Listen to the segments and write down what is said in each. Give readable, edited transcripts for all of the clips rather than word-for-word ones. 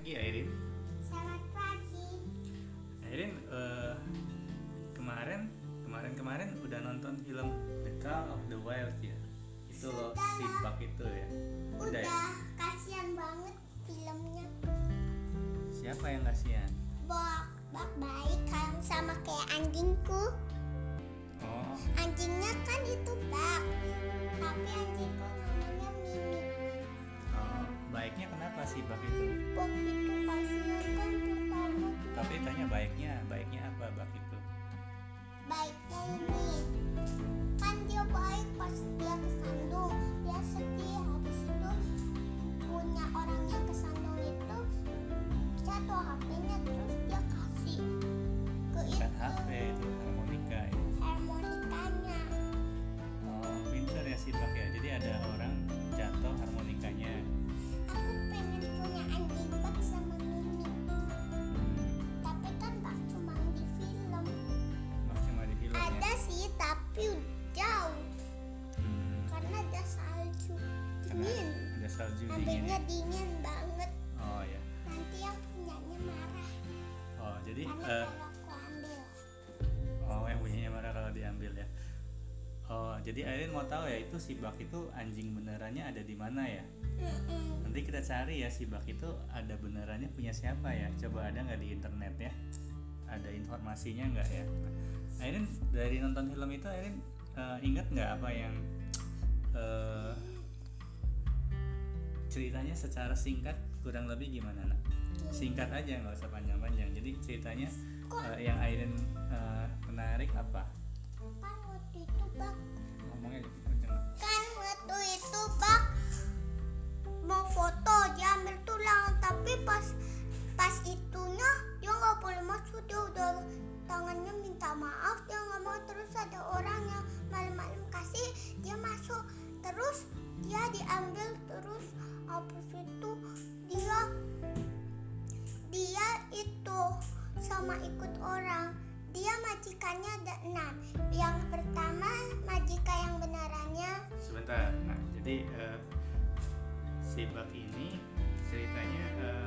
pagi Airin. Selamat pagi. Airin kemarin udah nonton film The Call of the Wild ya? Itu loh si Buck itu ya. Udah ya? Kasihan banget filmnya. Siapa yang kasihan? Buck baik kan sama kayak anjingku. Oh, Anjingnya kan itu Buck, tapi anjingku namanya Mimi. oh, baiknya kenapa si Buck itu? Buck itu kasihan kan pertama. Tapi tanya baiknya apa Buck itu? Baiknya ini kan dia baik pas dia kesandung, dia sedih, habis itu punya orang yang kesandung itu jatuh HP-nya, terus dia kasih ke Kan itu HP itu harmonika ya. harmonikanya. Oh, pintar ya si Buck ya. Jadi ada orang jatuh harmonikanya. Aku pengen punya anjing Buck sama Mimi, tapi kan Buck cuma di film. Buck cuma di film ya. Ada sih tapi jauh karena ada salju Karena dingin. ada salju dingin ya. Ambilnya dingin banget. Oh ya. Nanti yang punyanya marah Oh, jadi karena kalau aku ambil. oh, yang punyanya marah kalau diambil ya. Oh, jadi Airin mau tahu ya itu si Buck itu anjing benerannya ada di mana ya? Nanti kita cari ya si Buck itu ada benerannya punya siapa ya? Coba ada nggak di internet ya? Ada informasinya nggak ya? Airin dari nonton film itu Airin ingat nggak apa yang ceritanya secara singkat kurang lebih gimana nak? Singkat aja nggak usah panjang-panjang. Jadi ceritanya yang Airin menarik apa? Kan waktu itu Buck Ngomongnya kenceng. Buck mau foto, dia ambil tulang, tapi pas itunya dia nggak boleh masuk, dia udah tangannya minta maaf, dia nggak mau, terus ada orang yang malam-malam kasih dia masuk, terus dia diambil, terus habis itu dia itu sama ikut orang. Dia majikannya ada 6. Yang pertama majikan yang benarannya. Sebentar, nah jadi si Buck ini ceritanya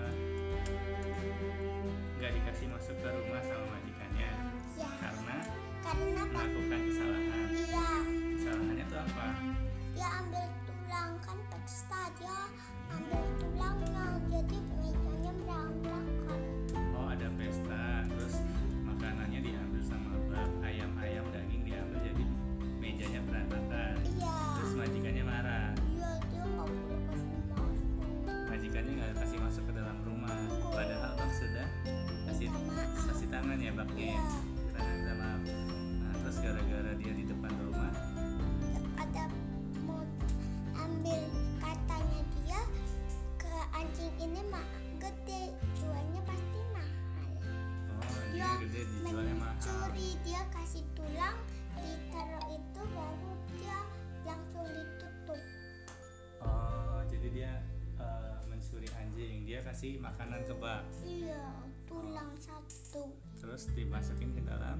nggak dikasih masuk ke rumah sama majikannya Ya, karena karena Pak, melakukan kesalahan. dia Kesalahannya itu apa? ambil tulang, kan pesta, dia ambil tulangnya, jadi mejanya berantakan. Oh, ada pesta, terus makanannya diambil sama Buck, ayam daging diambil, jadi mejanya berantakan. Iya, Terus majikannya marah, dia nggak boleh kasih masuk. majikannya nggak kasih masuk ke dalam rumah, padahal Buck sudah kasih tangan ya Bucknya. Iya, Tangan minta maaf. Nah, terus gara-gara dia di depan rumah, ada mau ambil, katanya dia ke anjing ini mah gede, jualnya pasti mahal. oh dia Dia gede dijualnya mahal. mencuri, dia kasih tulang, ditaruh itu, baru dia langsung ditutup. Oh, jadi dia mencuri anjing, dia kasih makanan ke Buck, Iya, tulang satu terus dimasukin ke dalam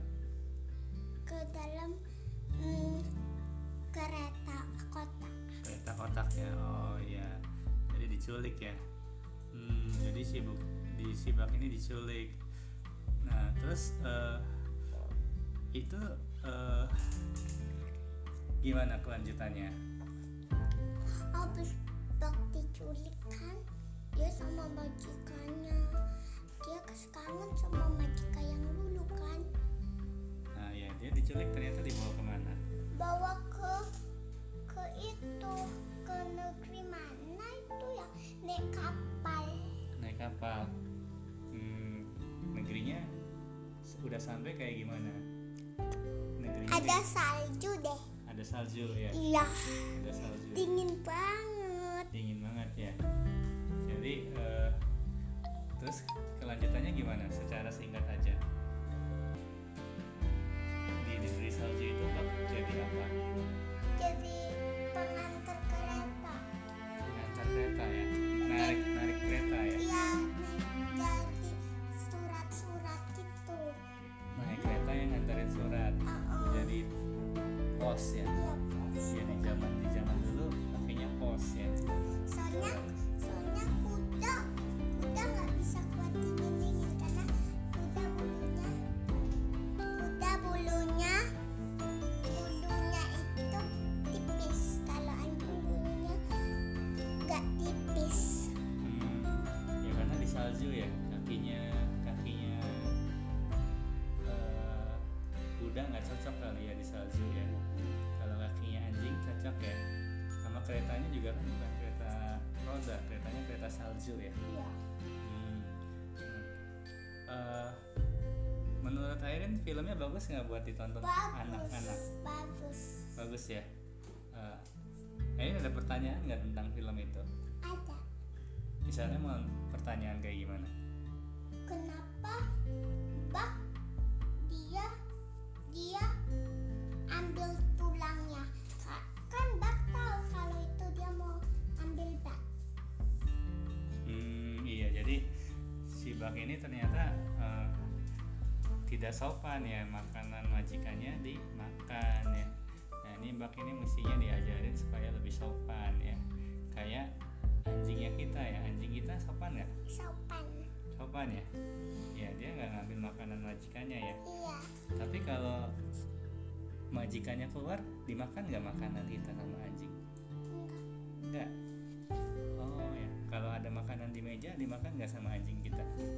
kereta kotak. kereta kotak ya. Oh iya, jadi diculik ya. Jadi si Buck ini diculik. Nah terus itu gimana kelanjutannya? Habis Buck diculik kan, dia sama majikannya, dia kangen sama majikan yang dulu kan, Nah ya, dia diculik ternyata dibawa kemana? bawa ke itu, ke negeri mana itu ya, naik kapal. Naik kapal. Negerinya udah sampai kayak gimana? Negerinya Ada salju deh. ada salju ya. Iya, Ada salju. dingin banget. Dingin banget ya. Jadi terus kelanjutannya gimana? Secara singkat aja. Di negeri salju itu Buck jadi apa? Jadi pengantar kereta. Mengantar kereta ya. Narik kereta ya. Iya, jadi surat-surat gitu. Naik kereta yang nganterin surat. Jadi pos ya. Iya, Iya di zaman dulu pakainya pos ya. soalnya kuda nggak bisa juga kan bukan kereta roda, keretanya kereta salju ya. Iya. Hmm. Eh, menurut Airin filmnya bagus nggak buat ditonton anak-anak? Bagus. Bagus ya. Airin ada pertanyaan nggak tentang film itu? Ada. Misalnya mau pertanyaan kayak gimana? Kenapa bak dia ambil tulangnya? Kan bak tahu kalau itu dia mau ambil bak. Iya, jadi si Bak ini ternyata tidak sopan ya, makanan majikannya dimakan ya. Nah ini Bak ini mestinya diajarin supaya lebih sopan ya, kayak anjingnya kita ya. Anjing kita sopan nggak? Sopan. Sopan ya. Ya dia nggak ngambil makanan majikannya ya. Iya. Tapi kalau majikannya keluar, dimakan nggak makanan kita sama anjing? Enggak. Oh ya, kalau ada makanan di meja dimakan nggak sama anjing kita?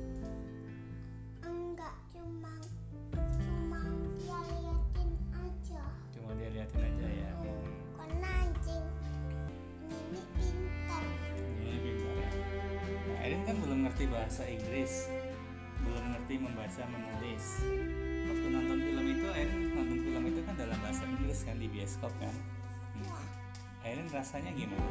Enggak, cuma dia liatin aja. Cuma dia liatin aja ya. Karena anjing ini pintar. Ini pintar ya. Nah, Erin kan belum ngerti bahasa Inggris, belum ngerti membaca menulis. Waktu nonton film itu, Erin nonton film itu kan dalam bahasa Inggris kan di bioskop kan. Ya, Erin rasanya gimana?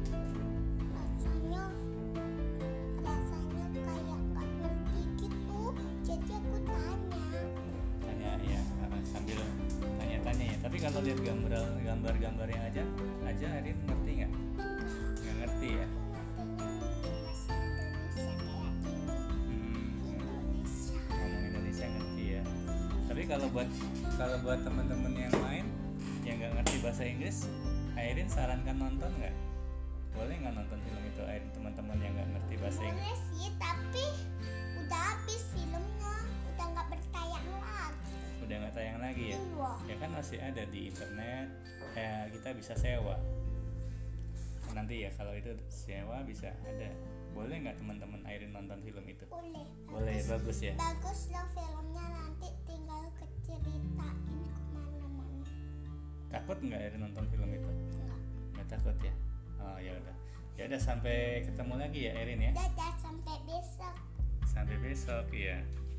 rasanya kayak nggak ngerti gitu. Jadi aku tanya. Tanya ya, sambil tanya-tanya ya. Tapi kalau lihat gambar-gambarnya aja Erin ngerti nggak? Nggak ngerti ya. Bahasa Indonesia kayak Indonesia. Ngomong Indonesia ngerti ya. Tapi kalau buat teman-teman yang lain yang nggak ngerti bahasa Inggris, Airin sarankan nonton nggak? Boleh nggak nonton film itu, Airin, teman-teman yang nggak ngerti bahasa Inggris? Boleh sih, tapi udah habis filmnya, udah nggak bertayang lagi. Udah nggak tayang lagi ya? Iya. Ya kan masih ada di internet. Ya kita bisa sewa. Nanti ya kalau itu sewa bisa ada. Boleh nggak teman-teman Airin nonton film itu? Boleh. Boleh, bagus ya. Bagus loh filmnya, nanti tinggal keceritain kemana-mana. Takut nggak Airin nonton film itu? Enggak. Nggak takut ya? Oh ya udah. Ya udah, sampai ketemu lagi ya Airin ya. Dadah, sampai besok. Sampai besok ya.